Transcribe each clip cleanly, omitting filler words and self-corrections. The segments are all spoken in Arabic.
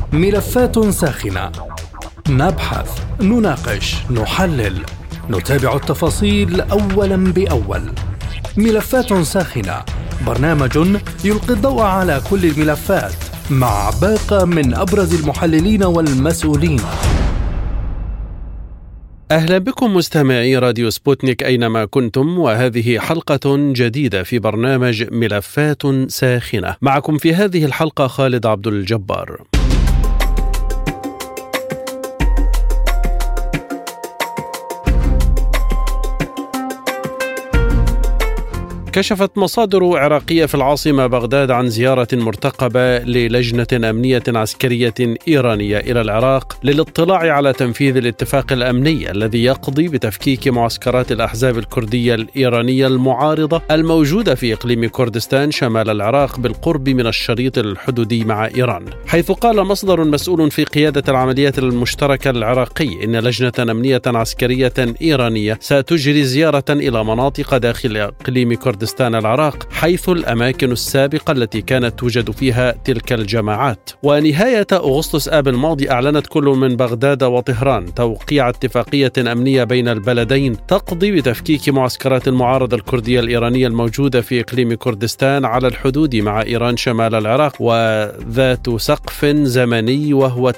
ملفات ساخنة، نبحث، نناقش، نحلل، نتابع التفاصيل أولا بأول. ملفات ساخنة، برنامج يلقي الضوء على كل الملفات مع باقة من أبرز المحللين والمسؤولين. أهلا بكم مستمعي راديو سبوتنيك أينما كنتم، وهذه حلقة جديدة في برنامج ملفات ساخنة. معكم في هذه الحلقة خالد عبد الجبار. كشفت مصادر عراقية في العاصمة بغداد عن زيارة مرتقبة للجنة أمنية عسكرية إيرانية إلى العراق للاطلاع على تنفيذ الاتفاق الأمني الذي يقضي بتفكيك معسكرات الأحزاب الكردية الإيرانية المعارضة الموجودة في إقليم كردستان شمال العراق بالقرب من الشريط الحدودي مع إيران، حيث قال مصدر مسؤول في قيادة العمليات المشتركة العراقي إن لجنة أمنية عسكرية إيرانية ستجري زيارة إلى مناطق داخل إقليم كردستان العراق، حيث الأماكن السابقة التي كانت توجد فيها تلك الجماعات. ونهاية أغسطس آب الماضي أعلنت كل من بغداد وطهران توقيع اتفاقية أمنية بين البلدين تقضي بتفكيك معسكرات المعارضة الكردية الإيرانية الموجودة في إقليم كردستان على الحدود مع إيران شمال العراق، وذات سقف زمني وهو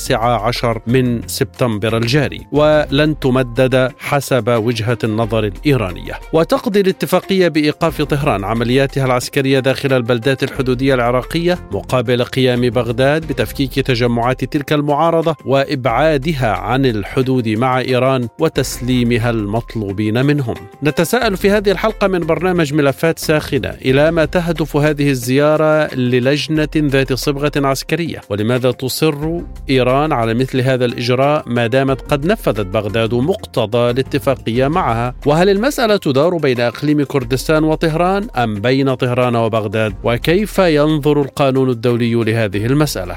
19 من سبتمبر الجاري، ولن تمدد حسب وجهة النظر الإيرانية. وتقضي الاتفاقية بإيقاف طهران عملياتها العسكرية داخل البلدات الحدودية العراقية مقابل قيام بغداد بتفكيك تجمعات تلك المعارضة وإبعادها عن الحدود مع إيران وتسليمها المطلوبين منهم. نتساءل في هذه الحلقة من برنامج ملفات ساخنة إلى ما تهدف هذه الزيارة للجنة ذات صبغة عسكرية، ولماذا تصر إيران على مثل هذا الإجراء ما دامت قد نفذت بغداد مقتضى الاتفاقية معها، وهل المسألة تدار بين إقليم كردستان وطهران أم بين طهران وبغداد، وكيف ينظر القانون الدولي لهذه المسألة؟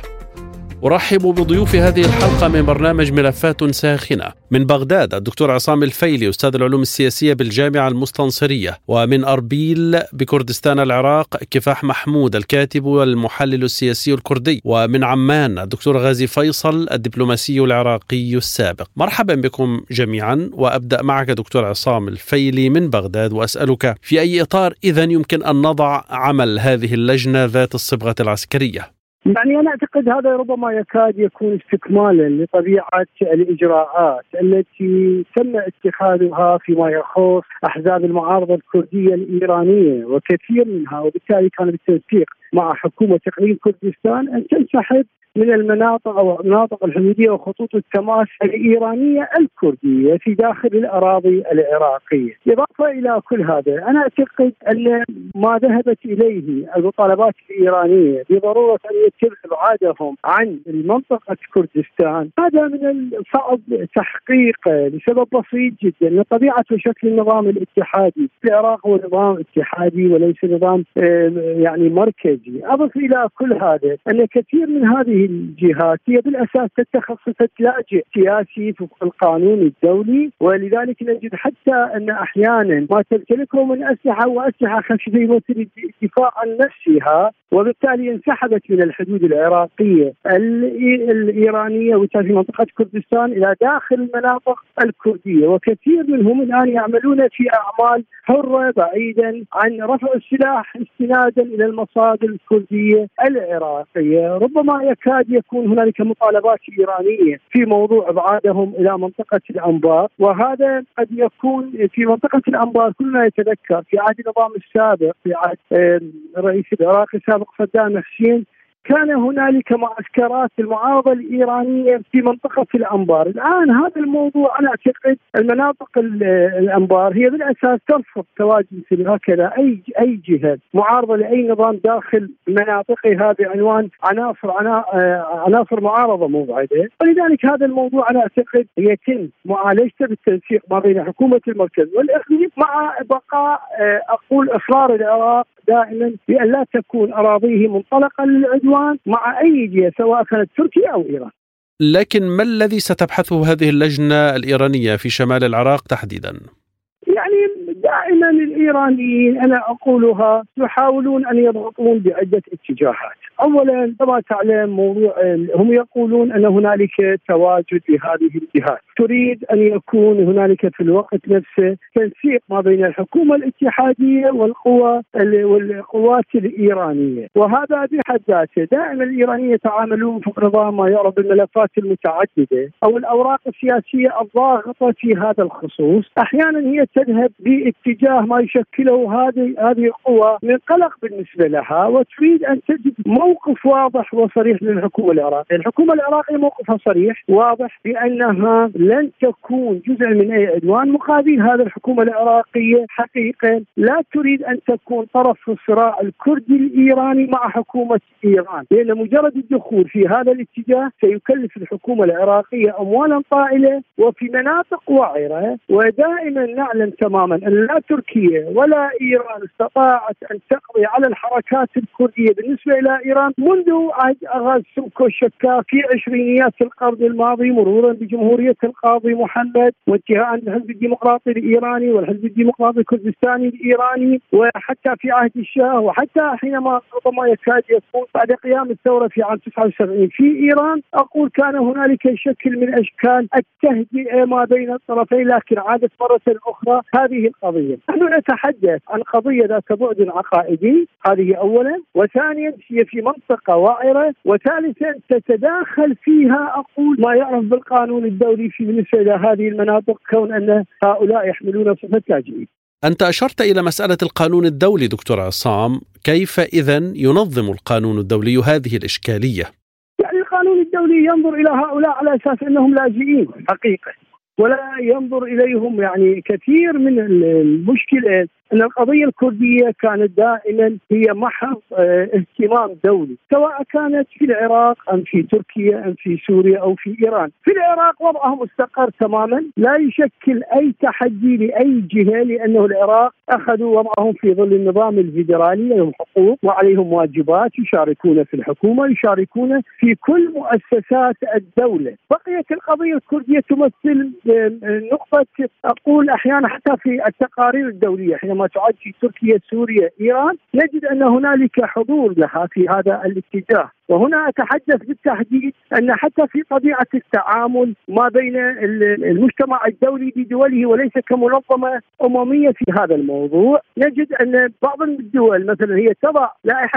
أرحب بضيوف هذه الحلقة من برنامج ملفات ساخنة. من بغداد الدكتور عصام الفيلي أستاذ العلوم السياسية بالجامعة المستنصرية، ومن أربيل بكردستان العراق كفاح محمود الكاتب والمحلل السياسي الكردي، ومن عمان الدكتور غازي فيصل الدبلوماسي العراقي السابق. مرحبا بكم جميعا، وأبدأ معك دكتور عصام الفيلي من بغداد وأسألك في أي إطار إذن يمكن أن نضع عمل هذه اللجنة ذات الصبغة العسكرية؟ يعني أنا أعتقد هذا ربما يكاد يكون استكمالا لطبيعة الإجراءات التي تم اتخاذها فيما يخص أحزاب المعارضة الكردية الإيرانية، وكثير منها وبالتالي كان بالتنسيق مع حكومة إقليم كردستان أن تنسحب من المناطق أو المناطق الحدودية وخطوط التماس الإيرانية الكردية في داخل الأراضي العراقية. إضافة إلى كل هذا، أنا أعتقد أن ما ذهبت إليه المطالبات الإيرانية بضرورة أن يتم إبعادهم عن منطقة كردستان، هذا من الصعب تحقيقه لسبب بسيط جدا، لطبيعة وشكل النظام الاتحادي. العراق هو نظام اتحادي وليس نظام يعني مركزي. أضف إلى كل هذا أن كثير من هذه الجهات هي بالأساس تتخذ صفة لاجئ سياسي في القانون الدولي، ولذلك نجد حتى أن أحيانا ما تمتلكه من أسلحة وأسلحة خفيفة الدفاع عن نفسها، وبالتالي انسحبت من الحدود العراقية الإيرانية وفي منطقة كردستان إلى داخل المناطق الكردية، وكثير منهم الآن يعملون في أعمال حرة بعيدا عن رفع السلاح استنادا إلى المصادر الكردية العراقية. ربما يكاد يكون هنالك مطالبات إيرانية في موضوع إبعادهم إلى منطقة الأنبار، وهذا قد يكون في منطقة الأنبار. كلنا يتذكر في عهد النظام السابق، في عهد الرئيس العراقي السابق صدام حسين، كان هنالك معسكرات المعارضة الإيرانية في منطقة الأنبار. الآن هذا الموضوع أنا أعتقد المناطق الأنبار هي بالأساس ترفض تواجد هكذا أي جهة معارضة لأي نظام داخل مناطقها بعنوان عناصر معارضة مبعدة، ولذلك هذا الموضوع أنا أعتقد يتم معالجته بالتنسيق ما بين حكومة المركز والإقليم، مع بقاء إصرار العراق دائما بأن لا تكون أراضيه منطلقة للعدوان مع أي جهة سواء كانت تركيا أو إيران. لكن ما الذي ستبحثه هذه اللجنة الإيرانية في شمال العراق تحديدا؟ يعني دائما الإيرانيين أنا أقولها يحاولون أن يضغطون بعدة اتجاهات. أولا كما تعلم موضوع هم يقولون أن هنالك تواجد لهذه الجهات، تريد أن يكون هنالك في الوقت نفسه تنسيق ما بين الحكومة الاتحادية والقوات الإيرانية، وهذا بحد ذاته. دائما الإيرانيين يتعاملون في نظام ما يعرف بالملفات المتعددة أو الأوراق السياسية الضاغطة في هذا الخصوص. أحيانا هي تذهب باتجاه ما يشكله هذه القوى من قلق بالنسبة لها، وتريد أن تجد موقف واضح وصريح للحكومة العراقية. الحكومة العراقية موقفها صريح واضح بأنها لن تكون جزء من أي عدوان، مقابل هذا الحكومة العراقية حقيقة لا تريد أن تكون طرف في الصراع الكردي الإيراني مع حكومة إيران، لأن مجرد الدخول في هذا الاتجاه سيكلف الحكومة العراقية أموالا طائلة وفي مناطق وعرة. ودائما نعلم تماما أن لا تركيا ولا إيران استطاعت أن تقضي على الحركات الكردية بالنسبة إلى إيران منذ عهد أغا سمكو الشكار في عشرينيات القرن الماضي، مرورا بجمهورية القاضي محمد وانتهاء الحزب الديمقراطي الإيراني والحزب الديمقراطي الكردستاني الإيراني، وحتى في عهد الشاه، وحتى حينما ربما يكاد يكون بعد قيام الثورة في عام 79 في إيران. أقول كان هنالك شكل من أشكال التهدئة ما بين الطرفين، لكن عادت مرة أخرى هذه القضية. نحن نتحدث عن قضية ذات بعد عقائدي، هذه أولا، وثانيا هي في منطقة وعرة، وثالثا تتداخل فيها أقول ما يعرف بالقانون الدولي في بالنسبة إلى هذه المناطق، كون أن هؤلاء يحملون صفة لاجئين. أنت أشرت إلى مسألة القانون الدولي دكتور عصام، كيف إذن ينظم القانون الدولي هذه الإشكالية؟ يعني القانون الدولي ينظر إلى هؤلاء على أساس أنهم لاجئين حقيقة، ولا ينظر إليهم. يعني كثير من المشكلة أن القضية الكردية كانت دائما هي محض اهتمام دولي، سواء كانت في العراق أم في تركيا أم في سوريا أو في إيران. في العراق وضعه مستقر تماما، لا يشكل أي تحدي لأي جهة، لأنه العراق أخذوا وضعهم في ظل النظام الفيدرالي، لهم حقوق وعليهم واجبات، يشاركون في الحكومة، يشاركون في كل مؤسسات الدولة. بقيت القضية الكردية تمثل نقطة أقول أحيانا حتى في التقارير الدولية حينما تعد في تركيا سوريا إيران نجد أن هنالك حضور لها في هذا الاتجاه. وهنا أتحدث بالتحديد أن حتى في طبيعة التعامل ما بين المجتمع الدولي بدوله وليس كمنظمة أممية في هذا الموضوع، نجد أن بعض الدول مثلا هي تضع لائحة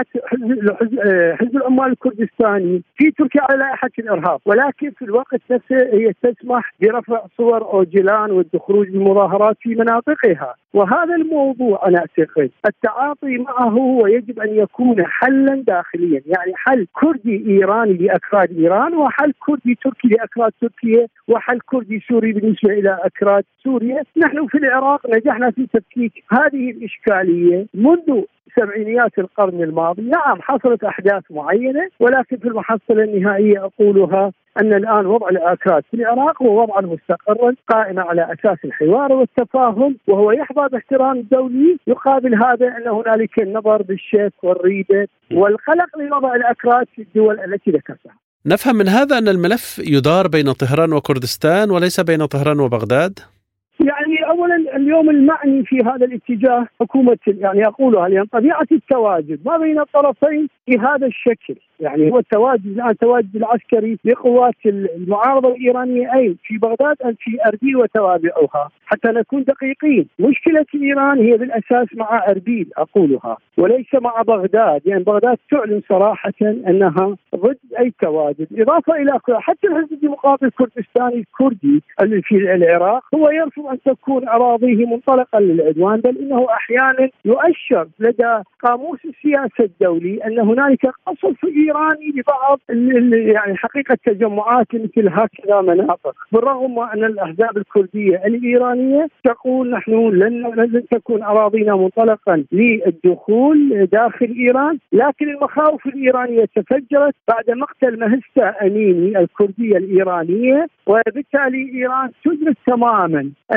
حزب العمال الكردستاني في تركيا على لائحة الإرهاب، ولكن في الوقت نفسه هي تسمح برفع صور أوجلان والخروج بالمظاهرات في مناطقها. وهذا الموضوع أنا أعتقد التعاطي معه ويجب أن يكون حلا داخليا، يعني حل كردي إيراني لأكراد إيران، وحل كردي تركي لأكراد تركيا، وحل كردي سوري بالنسبة إلى أكراد سوريا. نحن في العراق نجحنا في تفكيك هذه الإشكالية منذ سبعينيات القرن الماضي. نعم حصلت أحداث معينة، ولكن في المحصلة النهائية أقولها أن الآن وضع الأكراد في العراق هو وضعا مستقرا قائما على أساس الحوار والتفاهم، وهو يحظى باحترام الدولي. يقابل هذا أن هنالك النظر بالشك والريبة والقلق لوضع الأكراد في الدول التي ذكرتها. نفهم من هذا أن الملف يدار بين طهران وكردستان وليس بين طهران وبغداد؟ يعني أولا اليوم المعني في هذا الاتجاه حكومة، يعني أقولها لأن طبيعة التواجد ما بين الطرفين بهذا الشكل، يعني هو التواجد الآن التواجد العسكري لقوات المعارضة الإيرانية أي في بغداد أم في أربيل وتوابعها، حتى نكون دقيقين. مشكلة إيران هي بالأساس مع أربيل أقولها وليس مع بغداد، يعني بغداد تعلن صراحة أنها ضد أي تواجد. إضافة إلى حتى الحزب الديمقراطي الكردستاني الكردي اللي في العراق هو يرفض أن تكون أراضيه منطلقا للعدوان، بل إنه أحيانا يؤشر لدى قاموس السياسة الدولي أن هنالك قصف إيراني لبعض يعني حقيقة تجمعات مثل هكذا مناطق، بالرغم أن الأحزاب الكردية الإيرانية تقول نحن لن تكون أراضينا منطلقا للدخول داخل إيران. لكن المخاوف الإيرانية تفجرت بعد مقتل مهستا أميني الكردية الإيرانية، وبالتالي إيران تدرك تماما أن كل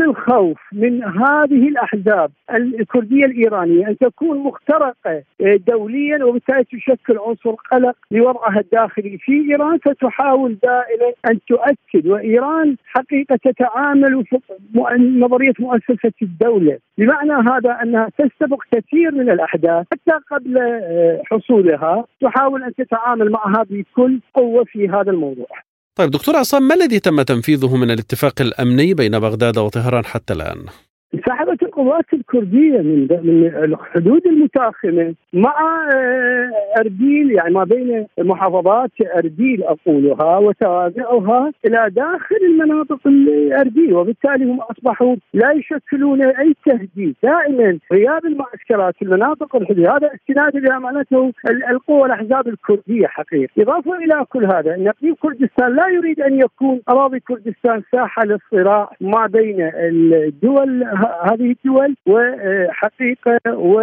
كل الخوف من هذه الأحزاب الكردية الإيرانية أن تكون مخترقة دوليا وبالتالي تشكل عنصر قلق لوضعها الداخلي في إيران، فتحاول دائما أن تؤكد، وإيران حقيقة تتعامل في نظرية مؤسسة الدولة، بمعنى هذا أنها تستبق كثير من الأحداث حتى قبل حصولها، تحاول أن تتعامل معها بكل قوة في هذا الموضوع. طيب دكتور عصام، ما الذي تم تنفيذه من الاتفاق الأمني بين بغداد وطهران حتى الآن؟ انسحبت القوات الكردية من الحدود المتاخمة مع أربيل، يعني ما بين محافظات أربيل أقولها وتوابعها إلى داخل المناطق الأربيل، وبالتالي هم أصبحوا لا يشكلون أي تهديد. دائما غياب المعسكرات في المناطق الحدود هذا استناد إلى معناته القوى والأحزاب الكردية حقيقة. إضافة إلى كل هذا أن إقليم كردستان لا يريد أن يكون أراضي كردستان ساحة للصراع ما بين الدول، هذه الدول وحقيقة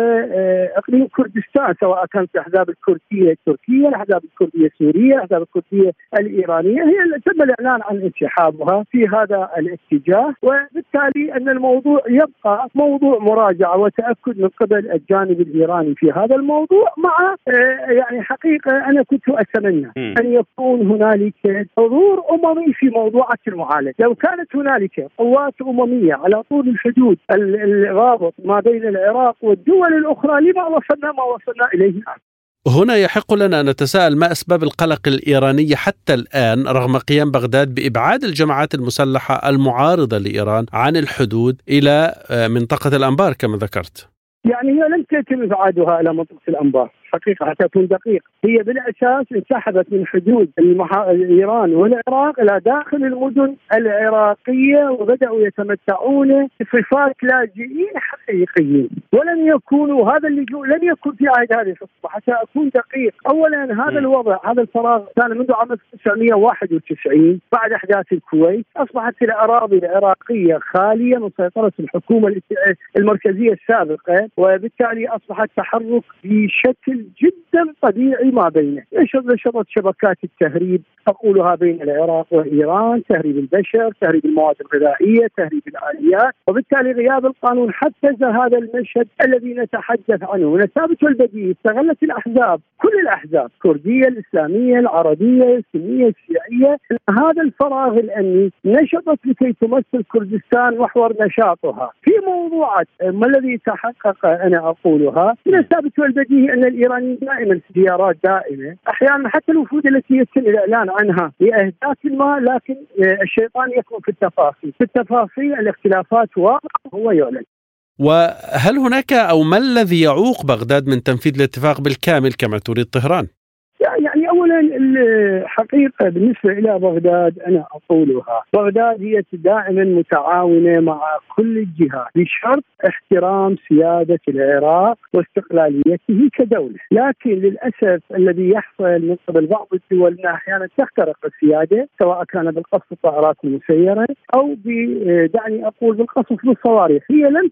وإقليم كردستان، سواء كانت الأحزاب الكردية التركية، الأحزاب الكردية السورية، الأحزاب الكردية الإيرانية، هي تم الإعلان عن انسحابها في هذا الاتجاه، وبالتالي أن الموضوع يبقى موضوع مراجعة وتأكد من قبل الجانب الإيراني في هذا الموضوع، مع يعني حقيقة أنا كنت أتمنى أن يكون هنالك حضور أممي في موضوعة المعالجة. لو كانت هنالك قوات أممية على طول الحدود الرابط ما بين العراق والدول الأخرى لما وصلنا ما وصلنا إليه الآن. هنا يحق لنا أن نتساءل ما أسباب القلق الإيراني حتى الآن رغم قيام بغداد بإبعاد الجماعات المسلحة المعارضة لإيران عن الحدود إلى منطقة الأنبار كما ذكرت؟ يعني هي لم يتم إبعادها إلى منطقة الأنبار حقيقة حتى أكون دقيق، هي بالأساس انسحبت من حدود إيران والعراق إلى داخل المدن العراقية، وبدأوا يتمتعون بصفات لاجئين حقيقيين، ولن يكونوا هذا اللجوء لن يكون في عهد هذه الحكومة حتى أكون دقيق. أولا هذا الوضع، هذا الفراغ كان منذ عام 1991 بعد أحداث الكويت، أصبحت الأراضي العراقية خالية من سيطرة الحكومة المركزية السابقة، وبالتالي أصبح التحرك بشكل جدا طبيعي ما بينه. نشطت شبكات التهريب أقولها بين العراق وإيران، تهريب البشر، تهريب المواد الغذائية، تهريب الآليات، وبالتالي غياب القانون حفز هذا المشهد الذي نتحدث عنه. ونثابت والبديهي استغلت الأحزاب، كل الأحزاب الكردية الإسلامية العربية السنية الشيعية، هذا الفراغ الأمني نشطت لكي تمثل كردستان محور نشاطها في موضوعات. ما الذي تحقق أنا أقولها من الثابت والبديهي أن الإيرانيين دائما زيارات دائمة، أحيانا حتى الوفود التي يتم الإعلان عنها لأهداف ما، لكن الشيطان يكون في التفاصيل، في التفاصيل الاختلافات واضحة هو يعلن. وهل هناك أو ما الذي يعوق بغداد من تنفيذ الاتفاق بالكامل كما تريد طهران؟ يعني أولا الحقيقة بالنسبة إلى بغداد أنا أقولها، بغداد هي دائما متعاونة مع كل الجهات بشرط احترام سيادة العراق واستقلاليته كدولة، لكن للأسف الذي يحصل من قبل بعض الدول أنها أحيانا تخترق السيادة، سواء كان بالقصف الطائرات المسيرة أو دعني أقول بالقصف بالصواريخ. هي لن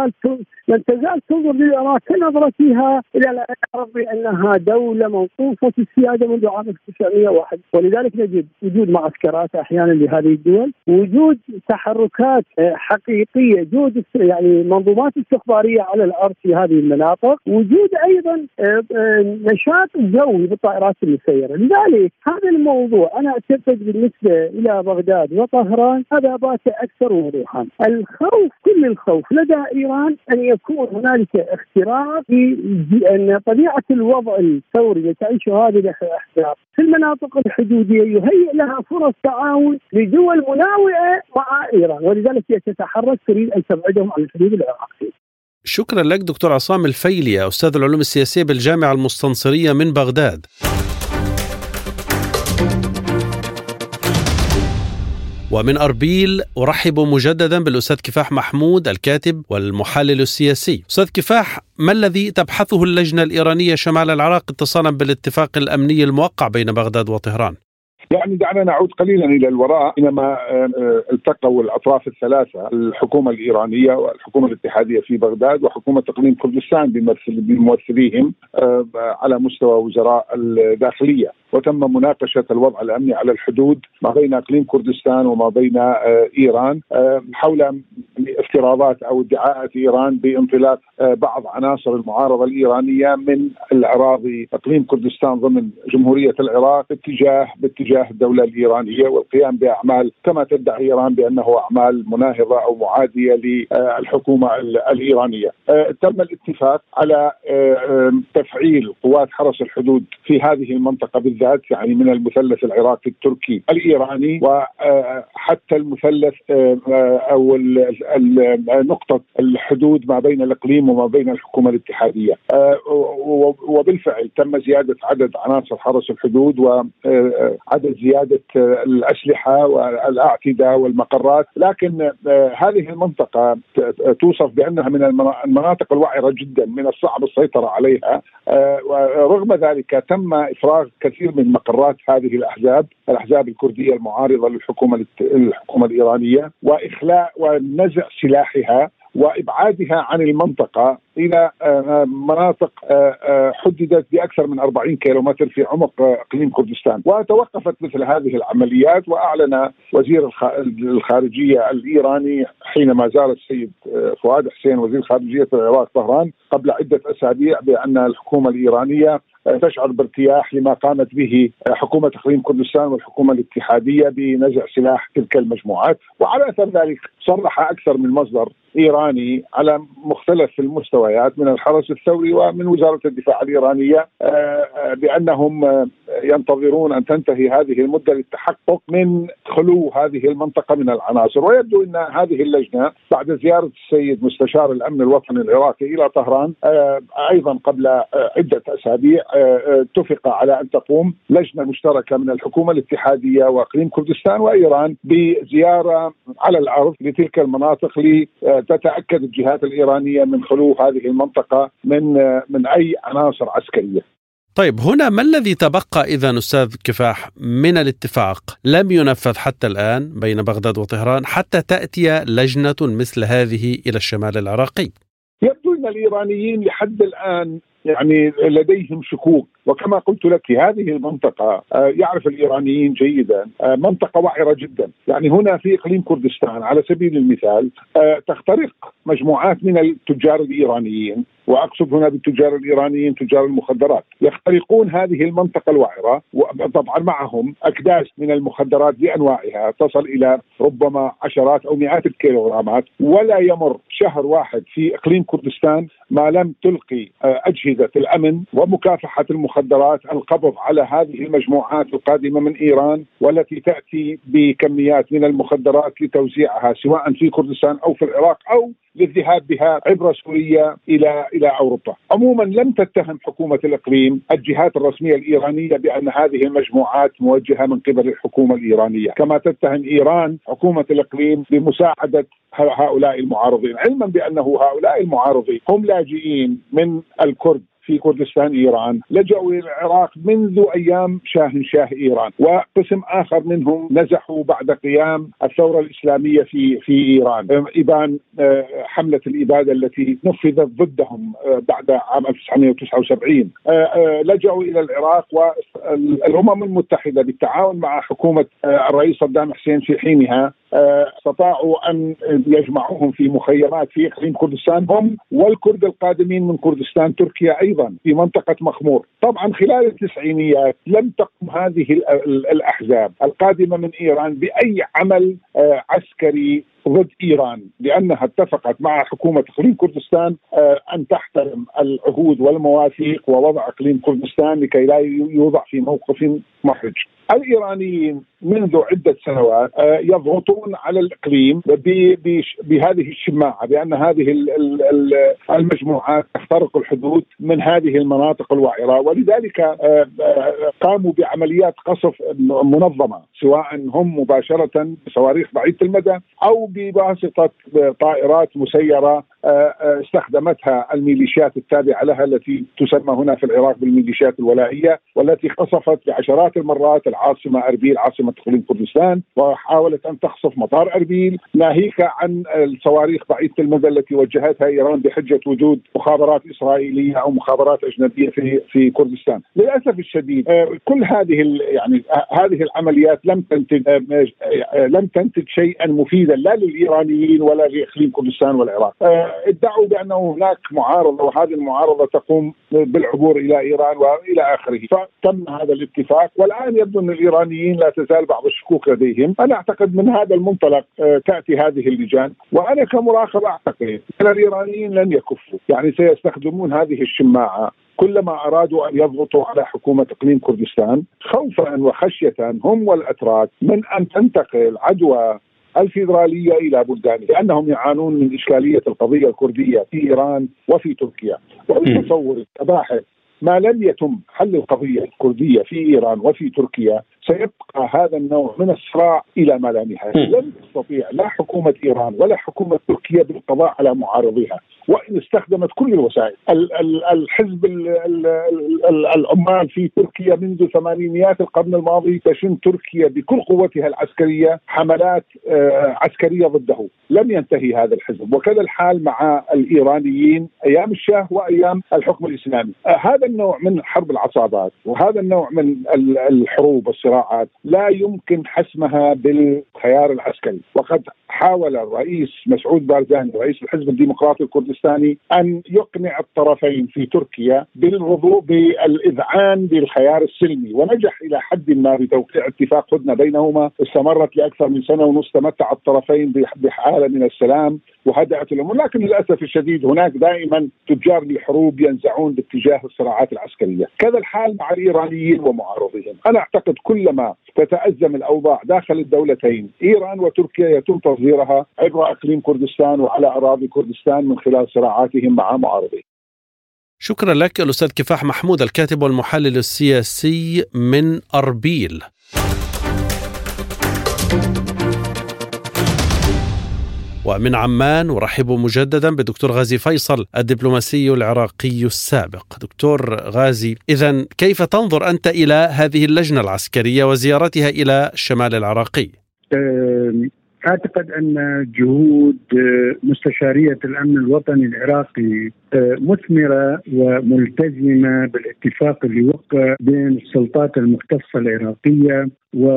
تزال تنظر للعراق كنظرتها إلى العراق بأنها دولة موقوفة السيادة منذ عام 1901، ولذلك نجد وجود معسكرات أحيانا لهذه الدول، وجود تحركات حقيقية، وجود يعني منظومات استخبارية على الأرض في هذه المناطق، وجود أيضا نشاط جوي بالطائرات المسيرة. لذلك هذا الموضوع أنا أعتقد بالنسبة إلى بغداد وطهران هذا بات أكثر وضوحا. الخوف، كل الخوف لدى إيران أن يكون هنالك اختراق بأن طبيعة الوضع الثوري التي تعيشه هذه الأحزاب في المناطق الحدودية يهيئ لها فرص تعاون لدول مناوئة مع إيران، ولذلك هي تتحرك تريد أن تبعدهم عن الحدود العراقية. شكرا لك دكتور عصام الفيلي، أستاذ العلوم السياسية بالجامعة المستنصرية من بغداد. ومن أربيل أرحب مجددا بالأستاذ كفاح محمود الكاتب والمحلل السياسي. أستاذ كفاح، ما الذي تبحثه اللجنة الإيرانية شمال العراق اتصالا بالاتفاق الأمني الموقع بين بغداد وطهران؟ يعني دعنا نعود قليلا إلى الوراء، حينما التقوا الأطراف الثلاثة، الحكومة الإيرانية والحكومة الاتحادية في بغداد وحكومة إقليم كردستان بممثليهم على مستوى وزراء الداخلية. وتم مناقشة الوضع الأمني على الحدود ما بين إقليم كردستان وما بين إيران حول افتراضات أو ادعاءات إيران بانطلاق بعض عناصر المعارضة الإيرانية من الأراضي إقليم كردستان ضمن جمهورية العراق باتجاه الدولة الإيرانية، والقيام بأعمال كما تدعي إيران بأنه أعمال مناهضة أو معادية للحكومة الإيرانية. تم الاتفاق على تفعيل قوات حرس الحدود في هذه المنطقة بالذات، يعني من المثلث العراقي التركي الإيراني وحتى المثلث أو نقطة الحدود ما بين الإقليم وما بين الحكومة الاتحادية. وبالفعل تم زيادة عدد عناصر حرس الحدود وعدد زيادة الأسلحة والأعتدة والمقرات، لكن هذه المنطقة توصف بأنها من المناطق الوعرة جدا من الصعب السيطرة عليها. ورغم ذلك تم إفراغ كثير من مقرات هذه الأحزاب الكردية المعارضة للحكومة الإيرانية، وإخلاء ونزع سلاحها وإبعادها عن المنطقة إلى مناطق حددت بأكثر من 40 كيلومتر في عمق إقليم كردستان. وتوقفت مثل هذه العمليات، وأعلن وزير الخارجية الإيراني حينما زار السيد فؤاد حسين وزير خارجية العراق طهران قبل عدة أسابيع بأن الحكومة الإيرانية تشعر بارتياح لما قامت به حكومة إقليم كردستان والحكومة الاتحادية بنزع سلاح تلك المجموعات. وعلى أثر ذلك صرح أكثر من مصدر إيراني على مختلف المستويات من الحرس الثوري ومن وزارة الدفاع الإيرانية بأنهم ينتظرون أن تنتهي هذه المدة للتحقق من خلو هذه المنطقة من العناصر. ويبدو أن هذه اللجنة بعد زيارة السيد مستشار الأمن الوطني العراقي إلى طهران أيضا قبل عدة أسابيع اتفق على أن تقوم لجنة مشتركة من الحكومة الاتحادية وإقليم كردستان وإيران بزيارة على الأرض لتلك المناطق لتتأكد الجهات الإيرانية من خلو هذه المنطقة من أي عناصر عسكرية. طيب، هنا ما الذي تبقى إذا أستاذ كفاح من الاتفاق لم ينفذ حتى الآن بين بغداد وطهران حتى تأتي لجنة مثل هذه إلى الشمال العراقي؟ يبدو أن الإيرانيين لحد الآن يعني لديهم شكوك، وكما قلت لك هذه المنطقة يعرف الإيرانيين جيدا منطقة وعرة جدا. يعني هنا في إقليم كردستان على سبيل المثال تخترق مجموعات من التجار الإيرانيين، وأقصد هنا بالتجار الإيرانيين تجار المخدرات، يخترقون هذه المنطقة الوعرة، وطبعا معهم أكداس من المخدرات بأنواعها تصل إلى ربما عشرات أو مئات الكيلوغرامات. ولا يمر شهر واحد في إقليم كردستان ما لم تلقي أجهزة الأمن ومكافحة المخدرات القبض على هذه المجموعات القادمة من إيران، والتي تأتي بكميات من المخدرات لتوزيعها سواء في كردستان أو في العراق أو للذهاب بها عبر سوريا إلى أوروبا. عموما لم تتهم حكومة الإقليم الجهات الرسمية الإيرانية بأن هذه المجموعات موجهة من قبل الحكومة الإيرانية، كما تتهم إيران حكومة الإقليم بمساعدة هؤلاء المعارضين، علما بأنه هؤلاء المعارضين هم لاجئين من الكرد في كردستان إيران، لجأوا إلى العراق منذ أيام شاه إيران، وقسم آخر منهم نزحوا بعد قيام الثورة الإسلامية في إيران، إبان حملة الإبادة التي نفذت ضدهم بعد عام 1979. لجأوا إلى العراق، والأمم المتحدة بالتعاون مع حكومة الرئيس صدام حسين في حينها استطاعوا أن يجمعوهم في مخيمات في إقليم كردستان، هم والكرد القادمين من كردستان تركيا أيضا في منطقة مخمور. طبعا خلال التسعينيات لم تقم هذه الأحزاب القادمة من إيران بأي عمل عسكري ضد إيران، لأنها اتفقت مع حكومة إقليم كردستان أن تحترم العهود والمواثيق ووضع إقليم كردستان لكي لا يوضع في موقف محرج. الإيرانيين منذ عدة سنوات يضغطون على الإقليم بهذه الشماعة بأن هذه المجموعات تخترق الحدود من هذه المناطق الوعرة، ولذلك قاموا بعمليات قصف منظمة سواء هم مباشرة بصواريخ بعيدة المدى أو بواسطة طائرات مسيرة استخدمتها الميليشيات التابعة لها التي تسمى هنا في العراق بالميليشيات الولائية، والتي قصفت بعشرات المرات العاصمة أربيل عاصمة إقليم كردستان، وحاولت أن تقصف مطار أربيل، ناهيك عن الصواريخ بعيدة المدى التي وجهتها إيران بحجة وجود مخابرات إسرائيلية أو مخابرات أجنبية في كردستان. للأسف الشديد كل هذه العمليات لم تنتج شيئا مفيدا لا للإيرانيين ولا لإقليم كردستان والعراق. ادعوا بأنه هناك معارضة، وهذه المعارضة تقوم بالعبور إلى إيران وإلى آخره، فتم هذا الاتفاق. والآن يبدو أن الإيرانيين لا تزال بعض الشكوك لديهم. أنا أعتقد من هذا المنطلق تأتي هذه اللجان، وأنا كمراقب أعتقد أن الإيرانيين لن يكفوا، يعني سيستخدمون هذه الشماعة كلما أرادوا أن يضغطوا على حكومة إقليم كردستان، خوفا وخشية هم والأتراك من أن تنتقل عدوى الفيدرالية إلى بلدان، لأنهم يعانون من إشكالية القضية الكردية في إيران وفي تركيا. وبتصور كباحث ما لم يتم حل القضية الكردية في إيران وفي تركيا سيبقى هذا النوع من الصراع إلى ما لا نهاية. لن تستطيع لا حكومة إيران ولا حكومة تركيا بالقضاء على معارضيها، وإن استخدمت كل الوسائل. الحزب العمال في تركيا منذ ثمانينيات القرن الماضي تشن تركيا بكل قوتها العسكرية حملات عسكرية ضده، لم ينتهي هذا الحزب. وكذا الحال مع الإيرانيين أيام الشاه وأيام الحكم الإسلامي. هذا النوع من حرب العصابات وهذا النوع من الحروب والصراعات لا يمكن حسمها بالخيار العسكري. وقد حاول الرئيس مسعود بارزاني رئيس الحزب الديمقراطي الكردستاني أن يقنع الطرفين في تركيا بالإذعان بالخيار السلمي، ونجح إلى حد ما بتوقيع اتفاق هدنة بينهما استمرت لأكثر من سنة ونصف، تمتع الطرفين بحالة من السلام وهدأت الأمور. لكن للأسف الشديد هناك دائما تجار الحروب ينزعون باتجاه الصراعات العسكرية. كذا الحال مع الإيرانيين ومعارضيهم. أنا أعتقد كلما تتأزم الأوضاع داخل الدولتين إيران وتركيا يتم تصديرها عبر إقليم كردستان وعلى أراضي كردستان من خلال صراعاتهم مع معارضين. شكرا لك الأستاذ كفاح محمود، الكاتب والمحلل السياسي من أربيل. ومن عمان نرحب مجددا بدكتور غازي فيصل الدبلوماسي العراقي السابق. دكتور غازي، إذن كيف تنظر أنت إلى هذه اللجنة العسكرية وزيارتها إلى الشمال العراقي؟ أعتقد أن جهود مستشارية الأمن الوطني العراقي مثمرة وملتزمة بالاتفاق اللي وقع بين السلطات المختصة العراقية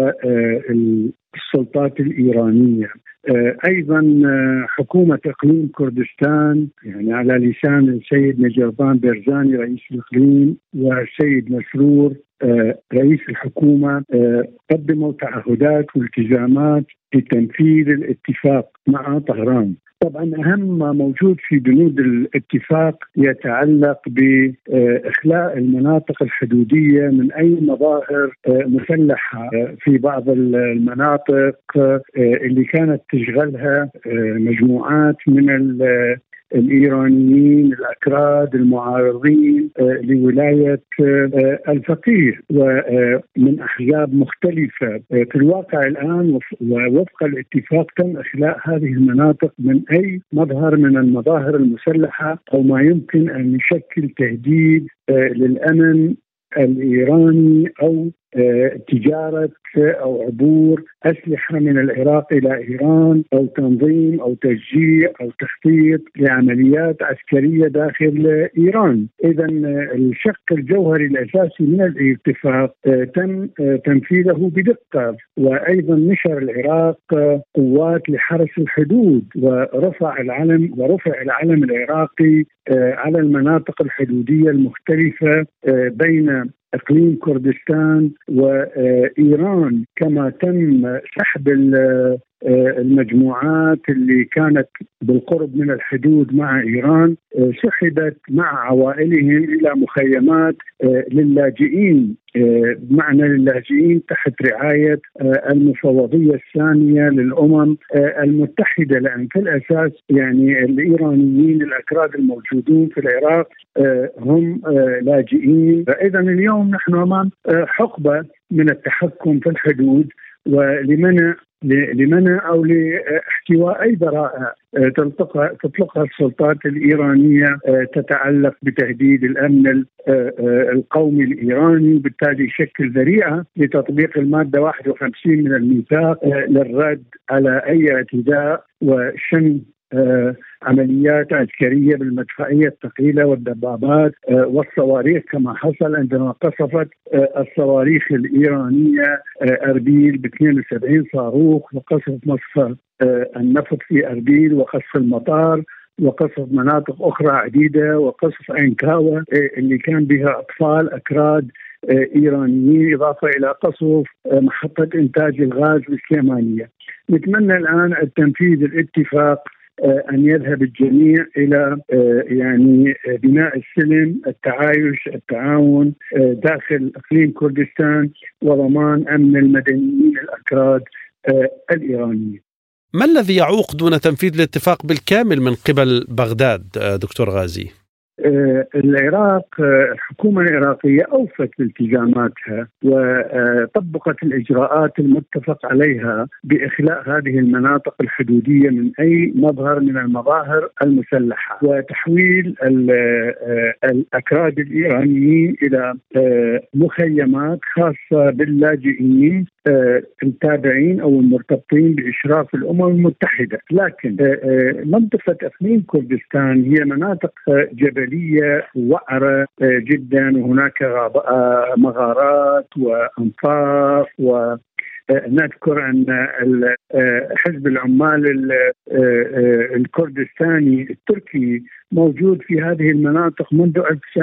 والسلطات الإيرانية. أيضا حكومة إقليم كردستان يعني على لسان السيد نجربان بارزاني رئيس الإقليم والسيد مسرور رئيس الحكومة قدموا تعهدات والتزامات لتنفيذ الاتفاق مع طهران. طبعا أهم ما موجود في بنود الاتفاق يتعلق بإخلاء المناطق الحدودية من أي مظاهر مسلحة في بعض المناطق اللي كانت تشغلها مجموعات من الإيرانيين الأكراد المعارضين لولاية الفقيه ومن أحزاب مختلفة. في الواقع الآن ووفق الاتفاق تم إخلاء هذه المناطق من أي مظهر من المظاهر المسلحة أو ما يمكن أن يشكل تهديد للأمن الإيراني أو تجارة أو عبور أسلحة من العراق إلى إيران أو تنظيم أو تشجيع أو تخطيط لعمليات عسكرية داخل إيران. إذن الشق الجوهري الأساسي من الاتفاق تم تنفيذه بدقة. وأيضا نشر العراق قوات لحرس الحدود ورفع العلم العراقي على المناطق الحدودية المختلفة بين إقليم كردستان وإيران، كما تم سحب المجموعات اللي كانت بالقرب من الحدود مع إيران، سحبت مع عوائلهم إلى مخيمات للاجئين، بمعنى للاجئين تحت رعاية المفوضية الثانية للأمم المتحدة، لأن في الأساس يعني الإيرانيين الأكراد الموجودون في العراق هم لاجئين. فإذا اليوم نحن أمام حقبة من التحكم في الحدود ولمنع لمنع أو لاحتواء أي ذرائع تطلقها السلطات الإيرانية تتعلق بتهديد الأمن القومي الإيراني، وبالتالي يشكل ذريعة لتطبيق المادة 51 من الميثاق للرد على أي اعتداء وشن عمليات عسكرية بالمدفعية الثقيلة والدبابات والصواريخ، كما حصل عندما قصفت الصواريخ الإيرانية أربيل ب 72 صاروخ، وقصف مصفى النفط في أربيل، وقصف المطار، وقصف مناطق أخرى عديدة، وقصف عين-كاوة اللي كان بها أطفال أكراد إيرانيين، إضافة إلى قصف محطة إنتاج الغاز بالسليمانية. نتمنى الآن التنفيذ الاتفاق أن يذهب الجميع إلى يعني بناء السلم، التعايش، التعاون داخل إقليم كردستان، وضمان أمن المدنيين الأكراد الإيرانيين. ما الذي يعوق دون تنفيذ الاتفاق بالكامل من قبل بغداد دكتور غازي؟ العراق، الحكومة العراقية أوفت بالتزاماتها وطبقت الإجراءات المتفق عليها بإخلاء هذه المناطق الحدودية من أي مظهر من المظاهر المسلحة، وتحويل الأكراد الإيرانيين إلى مخيمات خاصة باللاجئين التابعين أو المرتبطين بإشراف الأمم المتحدة. لكن منطقة إقليم كردستان هي مناطق جبلية وعرة جدا، وهناك مغارات وأنفاق، ونذكر أن حزب العمال الكردستاني التركي موجود في هذه المناطق منذ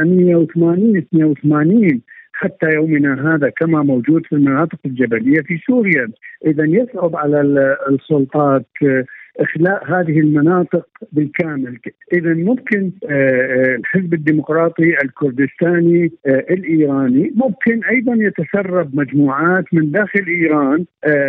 1982 حتى يومنا هذا، كما موجود في المناطق الجبلية في سوريا. إذا يصعب على السلطات إخلاء هذه المناطق بالكامل. إذا ممكن الحزب الديمقراطي الكردستاني الإيراني ممكن أيضا يتسرب مجموعات من داخل إيران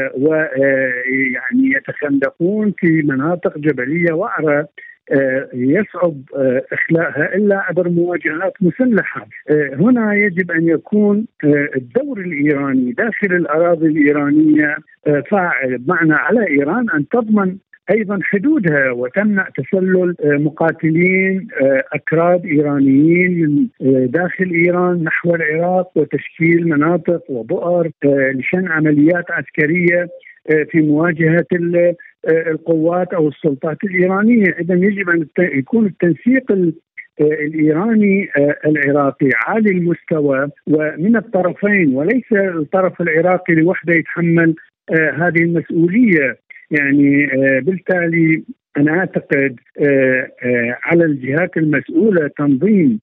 ويعني يتخندقون في مناطق جبلية وعرة يصعب إخلاءها إلا عبر مواجهات مسلحة. هنا يجب أن يكون الدور الإيراني داخل الأراضي الإيرانية فاعل، بمعنى على إيران أن تضمن أيضا حدودها وتمنع تسلل مقاتلين أكراد إيرانيين من داخل إيران نحو العراق وتشكيل مناطق وبؤر لشن عمليات عسكرية في مواجهة القوات أو السلطات الإيرانية. إذا يجب أن يكون التنسيق الإيراني العراقي عالي المستوى ومن الطرفين، وليس الطرف العراقي لوحده يتحمل هذه المسؤولية. يعني بالتالي أنا أعتقد على الجهات المسؤولة تنظيم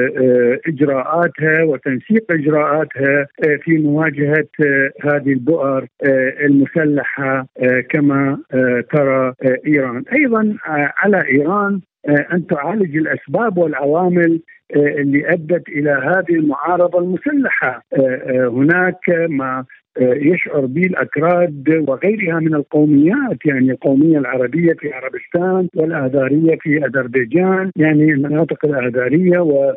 إجراءاتها وتنسيق إجراءاتها في مواجهة هذه البؤر المسلحة كما ترى إيران. أيضا على إيران أن تعالج الأسباب والعوامل اللي أدت إلى هذه المعارضة المسلحة. هناك ما يشعر به الأكراد وغيرها من القوميات، يعني القومية العربية في عربستان والآذارية في أذربيجان، يعني المناطق الآذارية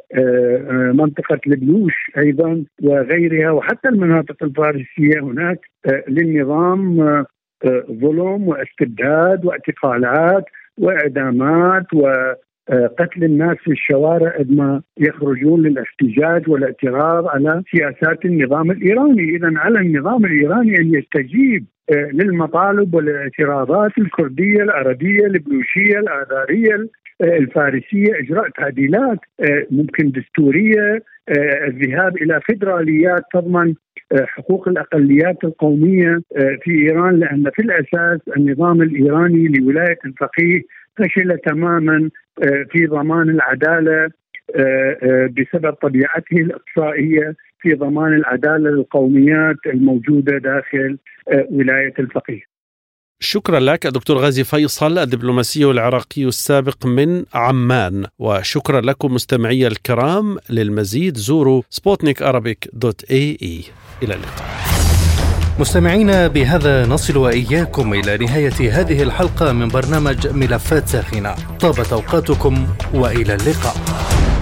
ومنطقة البلوش أيضا وغيرها، وحتى المناطق الفارسية هناك للنظام ظلم واستبداد واعتقالات وإعدامات وقتل الناس في الشوارع عندما يخرجون للاحتجاج والاعتراض على سياسات النظام الإيراني. إذن على النظام الإيراني أن يستجيب للمطالب والاعتراضات الكردية العربية البلوشية الآذارية الفارسية، إجراء تعديلات ممكن دستورية، الذهاب إلى فيدراليات تضمن حقوق الأقليات القومية في إيران، لأن في الأساس النظام الإيراني لولاية الفقيه فشل تماما في ضمان العدالة بسبب طبيعته الإقصائية في ضمان العدالة للقوميات الموجودة داخل ولاية الفقيه. شكرا لك دكتور غازي فيصل، الدبلوماسي العراقي السابق من عمان، وشكرا لكم مستمعي الكرام. للمزيد زوروا sputnikarabic.ae. إلى اللقاء. مستمعينا، بهذا نصل وإياكم إلى نهاية هذه الحلقة من برنامج ملفات ساخنة. طابت أوقاتكم وإلى اللقاء.